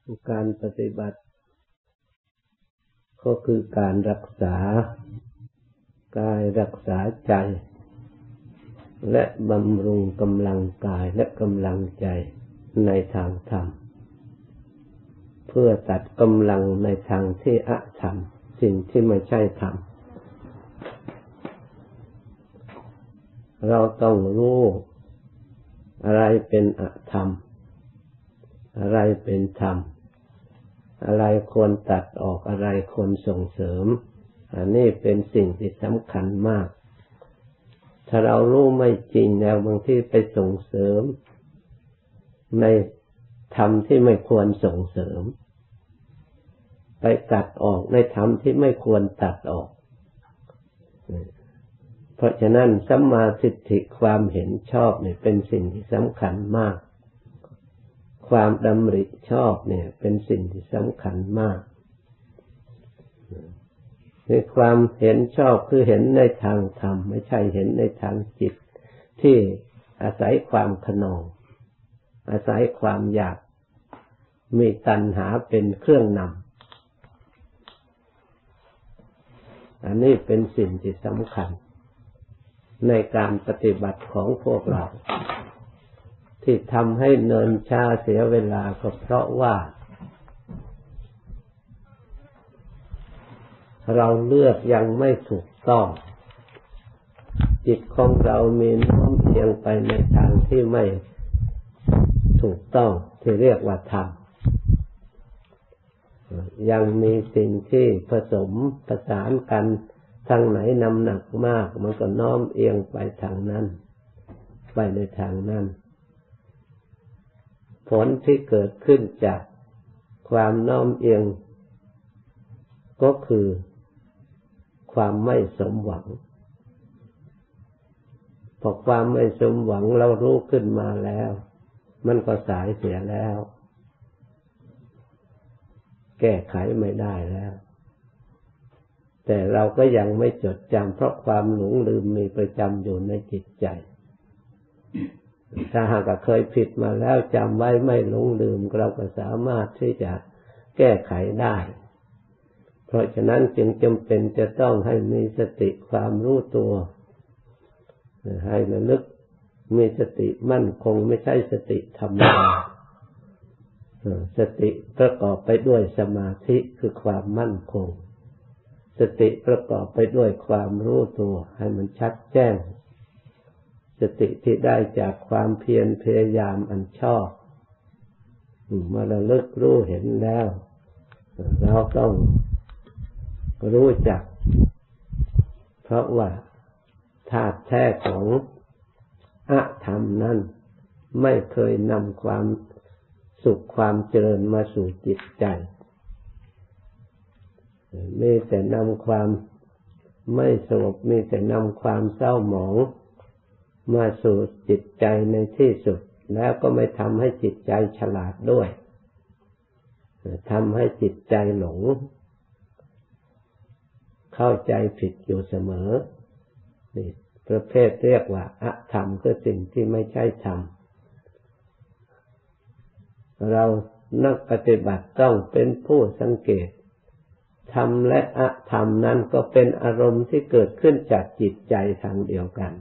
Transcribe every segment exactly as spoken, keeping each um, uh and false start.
การปฏิบัติก็คือการรักษากายรักษาใจและบำรุงกำลังกายและกำลังใจในทางธรรมเพื่อตัดกำลังในทางที่อธรรมสิ่งที่ไม่ใช่ธรรมเราต้องรู้อะไรเป็นอธรรมอะไรเป็นธรรมอะไรควรตัดออกอะไรควรส่งเสริมอันนี้เป็นสิ่งที่สำคัญมากถ้าเรารู้ไม่จริงแล้วบางทีไปส่งเสริมในธรรมที่ไม่ควรส่งเสริมไปตัดออกในธรรมที่ไม่ควรตัดออกเพราะฉะนั้นสัมมาทิฏฐิความเห็นชอบเนี่ยเป็นสิ่งที่สำคัญมากความดำริชอบเนี่ยเป็นสิ่งที่สำคัญมากคือความเห็นชอบคือเห็นในทางธรรมไม่ใช่เห็นในทางจิตที่อาศัยความขนองอาศัยความอยากมีตัณหาเป็นเครื่องนำอันนี้เป็นสิ่งที่สำคัญในการปฏิบัติของพวกเราที่ทำให้เนินช้าเสียเวลาก็เพราะว่าเราเลือกยังไม่ถูกต้องจิตของเรามีโน้มเอียงไปในทางที่ไม่ถูกต้องที่เรียกว่าธรรมยังมีสิ่งที่ผสมประสานกันทางไหนนำหนักมากมันก็น้อมเอียงไปทางนั้นไปในทางนั้นผลที่เกิดขึ้นจากความน้อมเอียงก็คือความไม่สมหวังพอความไม่สมหวังเรารู้ขึ้นมาแล้วมันก็สายเสียแล้วแก้ไขไม่ได้แล้วแต่เราก็ยังไม่จดจำเพราะความหลงลืมมีประจำอยู่ในจิตใจถ้าหากเคยผิดมาแล้วจำไว้ไม่หลงลืมเราก็สามารถที่จะแก้ไขได้เพราะฉะนั้นจึงจำเป็นจะต้องให้มีสติความรู้ตัวให้ระลึกมีสติมั่นคงไม่ใช่สติธรรมดาสติประกอบไปด้วยสมาธิคือความมั่นคงสติประกอบไปด้วยความรู้ตัวให้มันชัดแจ้งสติที่ได้จากความเพียรพยายามอันชอบมาระลึกรู้เห็นแล้วเราต้องรู้จักเพราะว่าธาตุแท้ของอธรรมนั้นไม่เคยนำความสุขความเจริญมาสู่จิตใจมีแต่นำความไม่สงบมีแต่นำความเศร้าหมองมาสู่จิตใจในที่สุดแล้วก็ไม่ทำให้จิตใจฉลาดด้วยทำให้จิตใจหลงเข้าใจผิดอยู่เสมอนี่ประเภทเรียกว่าอธรรมคือสิ่งที่ไม่ใช่ธรรมเรานักปฏิบัติต้องเป็นผู้สังเกตธรรมและอธรรมนั้นก็เป็นอารมณ์ที่เกิดขึ้นจากจิตใจทางเดียวกัน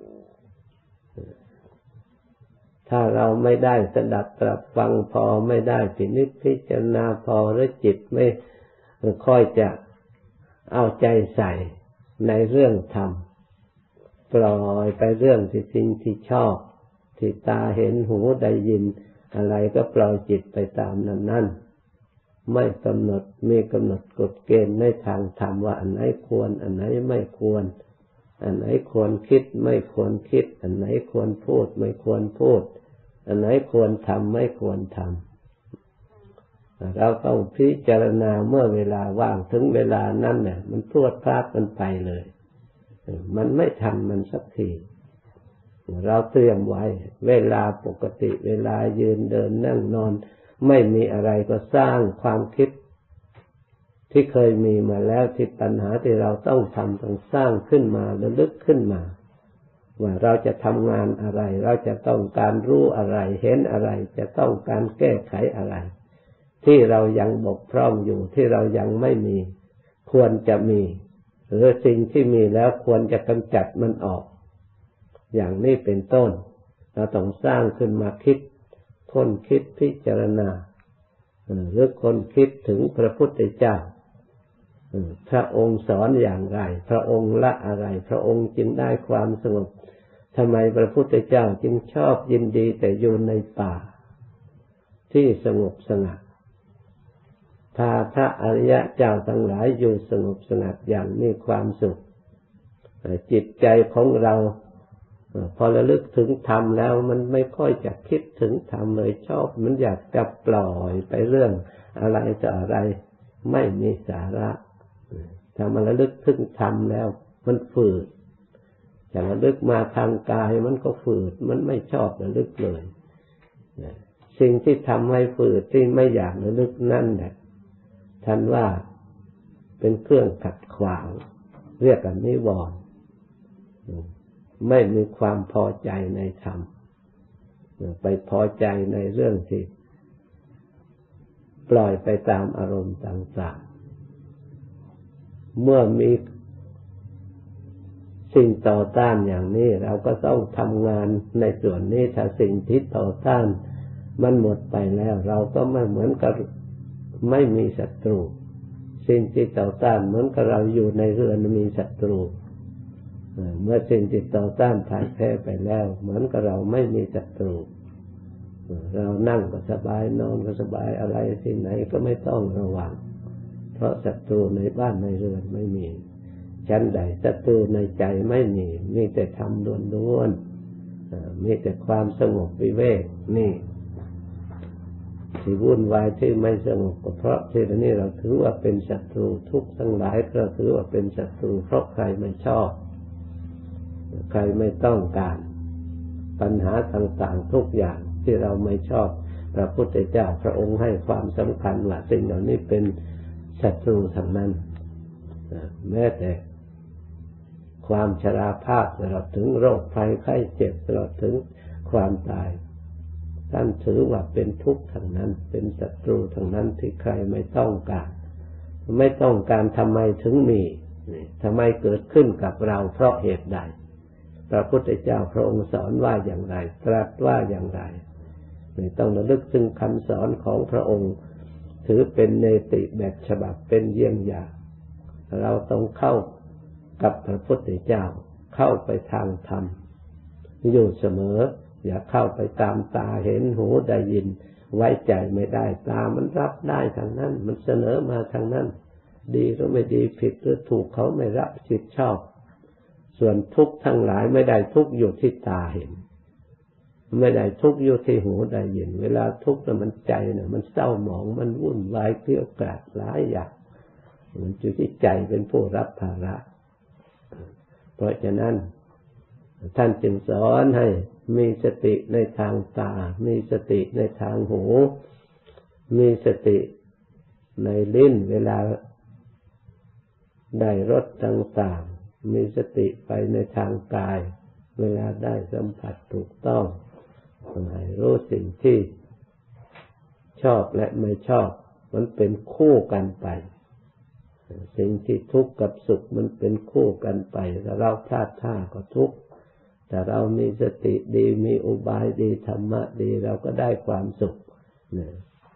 ถ้าเราไม่ได้สดับตรับฟังพอไม่ได้พินิจพิจารณาพอหรือจิตไม่ค่อยจะเอาใจใส่ในเรื่องธรรมปล่อยไปเรื่องที่สิ่งที่ชอบที่ตาเห็นหูได้ยินอะไรก็ปล่อยจิตไปตามนั้นนั่นไม่กำหนดมีกำหนดกฎเกณฑ์ในทางธรรมว่าอันไหนควรอันไหนไม่ควรอันไหนควรคิดไม่ควรคิดอันไหนควรพูดไม่ควรพูดอันไหนควรทำไม่ควรทำเราต้องพิจารณาเมื่อเวลาว่างถึงเวลานั้นเนี่ยมันพรวดพลาดมันไปเลยมันไม่ทันมันสักทีเราเตรียมไว้เวลาปกติเวลายืนเดินนั่งนอนไม่มีอะไรก็สร้างความคิดที่เคยมีมาแล้วที่ปัญหาที่เราต้องทำต้องสร้างขึ้นมาระลึกขึ้นมาว่าเราจะทำงานอะไรเราจะต้องการรู้อะไรเห็นอะไรจะต้องการแก้ไขอะไรทที่เรายังบกพร่องอยู่ที่เรายังไม่มีควรจะมีหรือสิ่งที่มีแล้วควรจะกำจัดมันออกอย่างนี้เป็นต้นเราต้องสร้างขึ้นมาคิดคนคิดพิจารณาหรือคนคิดถึงพระพุทธเจ้าพระองค์สอนอย่างไรพระองค์ละอะไรพระองค์จึงได้ความสงบทำไมพระพุทธเจ้าจึงชอบยินดีแต่อยู่ในป่าที่สงบสงัดพาพระอริยเจ้าทั้งหลายอยู่สงบสงัดอย่างมีความสุขจิตใจของเราพอระลึกถึงธรรมแล้วมันไม่ค่อยจะคิดถึงธรรมเลยชอบมันอยากจะปล่อยไปเรื่องอะไรต่ออะไรไม่มีสาระถ้ามันระลึกถึงธรรมแล้วมันฝืดจะระลึกมาทางกายมันก็ฝืดมันไม่ชอบระลึกเลยสิ่งที่ทำให้ฝืดที่ไม่อยากระลึกนั่นแหละท่านว่าเป็นเครื่องขัดขวางเรียกกันนิวรณ์ไม่มีความพอใจในธรรมไปพอใจในเรื่องที่ปล่อยไปตามอารมณ์ต่างๆเมื่อมีสิ่งต่อต้านอย่างนี้เราก็ต้องทำงานในส่วนนี้ถ้าสิ่งที่ต่อต้านมันหมดไปแล้วเราก็ไม่เหมือนกับไม่มีศัตรูสิ่งที่ต่อต้านเหมือนกับเราอยู่ในเรือนมีศัตรูเมื่อสิ่งที่ต่อต้านพ่ายแพ้ไปแล้วเหมือนกับเราไม่มีศัตรูเรานั่งก็สบายนอนก็สบายอะไรที่ไหนก็ไม่ต้องระวังเพราะศัตรูในบ้านในเรือนไม่มีชั้นใดศัตรูในใจไม่มีมีแต่ธรรมล้วนๆมีแต่ความสงบวิเวกนี่ที่วุ่นวายที่ไม่สงบก็เพราะที่นี้เราถือว่าเป็นศัตรูทุกข์ทั้งหลายก็ถือว่าเป็นศัตรูเพราะใครไม่ชอบใครไม่ต้องการปัญหาต่างๆทุกอย่างที่เราไม่ชอบพระพุทธเจ้าพระองค์ให้ความสำคัญว่าสิ่งเหล่านี้เป็นศัตรูทั้งนั้นแม้แต่ความชราภาพตลอดถึงโรคภัยไข้เจ็บตลอดถึงความตายท่านถือว่าเป็นทุกข์ทั้งนั้นเป็นศัตรูทั้งนั้นที่ใครไม่ต้องการไม่ต้องการทำไมถึงมีทำไมเกิดขึ้นกับเราเพราะเหตุใดพระพุทธเจ้าพระองค์สอนว่าอย่างไรตรัสว่าอย่างไรไม่ต้องระลึกถึงคำสอนของพระองค์ถือเป็นเนติแบบฉบับเป็นเยี่ยงอย่างเราต้องเข้ากับพระพุทธเจ้าเข้าไปทางธรรมอยู่เสมออย่าเข้าไปตามตาเห็นหูได้ยินไว้ใจไม่ได้ตามันรับได้ทางนั้นมันเสนอมาทางนั้นดีหรือไม่ดีผิดหรือถูกเขาไม่รับผิดชอบส่วนทุกข์ทั้งหลายไม่ได้ทุกข์อยู่ที่ตาเห็นไม่ได้ทุกข์อยู่ที่หูได้ยินเวลาทุกข์แล้วมันใจเนี่ยมันเศร้าหมองมันวุ่นวายเกลี้ยกล่อมหลายอย่างมันอยู่ที่ใจเป็นผู้รับภาระเพราะฉะนั้นท่านจึงสอนให้มีสติในทางตามีสติในทางหูมีสติในลิ้นเวลาได้รสต่างๆมีสติไปในทางกายเวลาได้สัมผัสถูกต้องให้รู้สิ่งที่ชอบและไม่ชอบมันเป็นคู่กันไปสิ่งที่ทุกข์กับสุขมันเป็นคู่กันไปถ้าเราพลาดท่าก็ทุกข์แต่เรามีสติดีมีอุบายดีธรรมะดีเราก็ได้ความสุขเนี่ย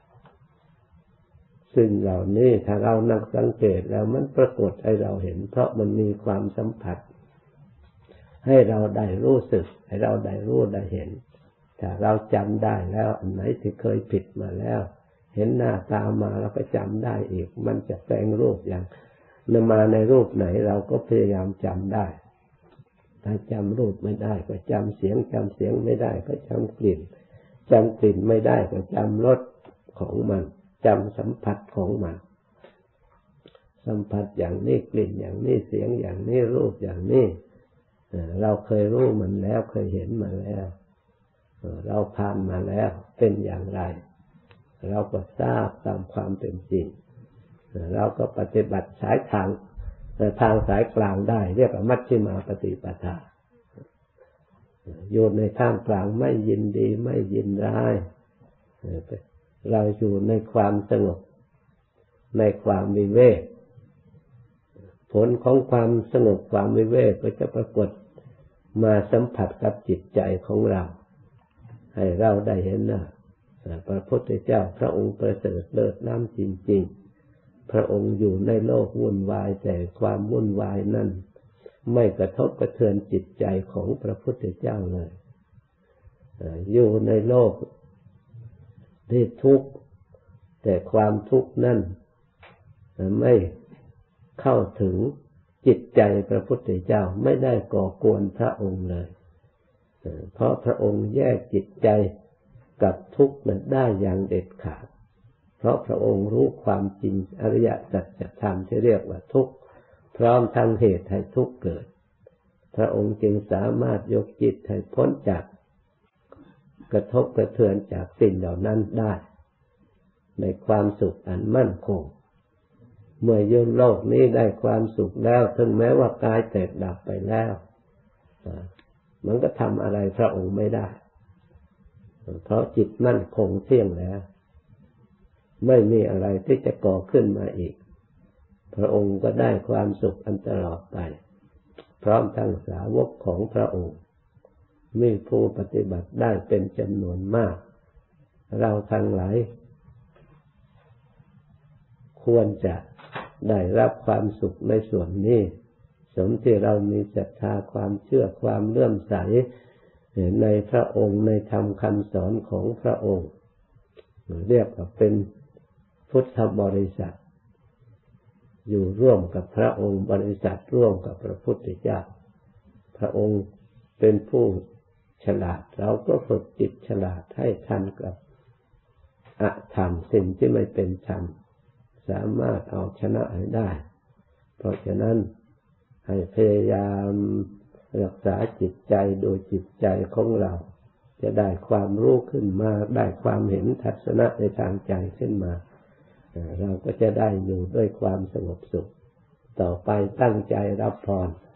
ซึ่งเหล่านี้ถ้าเรานักสังเกตแล้วมันปรากฏให้เราเห็นเพราะมันมีความสัมผัสให้เราได้รู้สึกให้เราได้รู้ได้เห็นถ้าเราจำได้แล้วอันไหนที่เคยผิดมาแล้วเห็นหน้าตามาเราก็จำได้อีกมันจะแปลงรูปอย่างนำมาในรูปไหนเราก็พยายามจำได้ถ้าจำรูปไม่ได้ก็จำเสียงจำเสียงไม่ได้ก็จำกลิ่นจำกลิ่นไม่ได้ก็จำรสของมันจำสัมผัสของมันสัมผัสอย่างนี้กลิ่นอย่างนี้เสียงอย่างนี้รูปอย่างนี้เราเคยรู้มันแล้วเคยเห็นมาแล้วเราผ่านมาแล้วเป็นอย่างไรเราก็ทราบตามความเป็นจริงเราก็ปฏิบัติสายทางทางสายกลางได้เรียกว่ามัชฌิมาปฏิปทาอยู่ในทางกลางไม่ยินดีไม่ยินร้ายเราอยู่ในความสงบในความวิเวกผลของความสงบความวิเวกก็จะปรากฏมาสัมผัสกับจิตใจของเราให้เราได้เห็นนะพระพุทธเจ้าพระองค์ประเสริฐเลิศล้ำจริงๆพระองค์อยู่ในโลกวุ่นวายแต่ความวุ่นวายนั้นไม่กระทบกระเทือนจิตใจของพระพุทธเจ้าเลยอยู่ในโลกที่ทุกข์แต่ความทุกข์นั้นไม่เข้าถึงจิตใจพระพุทธเจ้าไม่ได้ก่อกวนพระองค์เลยเพราะพระองค์แยกจิตใจกับทุกข์นั้นได้อย่างเด็ดขาดเพราะพระองค์รู้ความจริงอริยสัจธรรมที่เรียกว่าทุกข์พร้อมทั้งเหตุให้ทุกข์เกิดพระองค์จึงสามารถยกจิตให้พ้นจากกระทบกระเทือนจากสิ่งเหล่านั้นได้ในความสุขอันมั่นคงเมื่อยืนโลกนี้ได้ความสุขแล้วถึงแม้ว่ากายแตกดับไปแล้วมันก็ทำอะไรพระองค์ไม่ได้เพราะจิตมั่นคงเที่ยงแล้วไม่มีอะไรที่จะก่อขึ้นมาอีกพระองค์ก็ได้ความสุขอันตลอดไปพร้อมทั้งสาวกของพระองค์มีผู้ปฏิบัติได้เป็นจำนวนมากเราทั้งหลายควรจะได้รับความสุขในส่วนนี้สมที่เรามีศรัทธาความเชื่อความเลื่อมใสในพระองค์ในธรรมคำสอนของพระองค์เรียกว่าเป็นพุทธบริษัทอยู่ร่วมกับพระองค์บริษัทร่วมกับพระพุทธเจ้าพระองค์เป็นผู้ฉลาดเราก็ฝึกจิตฉลาดให้ทันกับอธรรมสิ่งที่ไม่เป็นธรรมสามารถเอาชนะให้ได้เพราะฉะนั้นให้พยายามรักษาจิตใจโดยจิตใจของเราจะได้ความรู้ขึ้นมาได้ความเห็นทัศนะในทางใจขึ้นมาเราก็จะได้อยู่ด้วยความสงบสุขต่อไปตั้งใจรับพร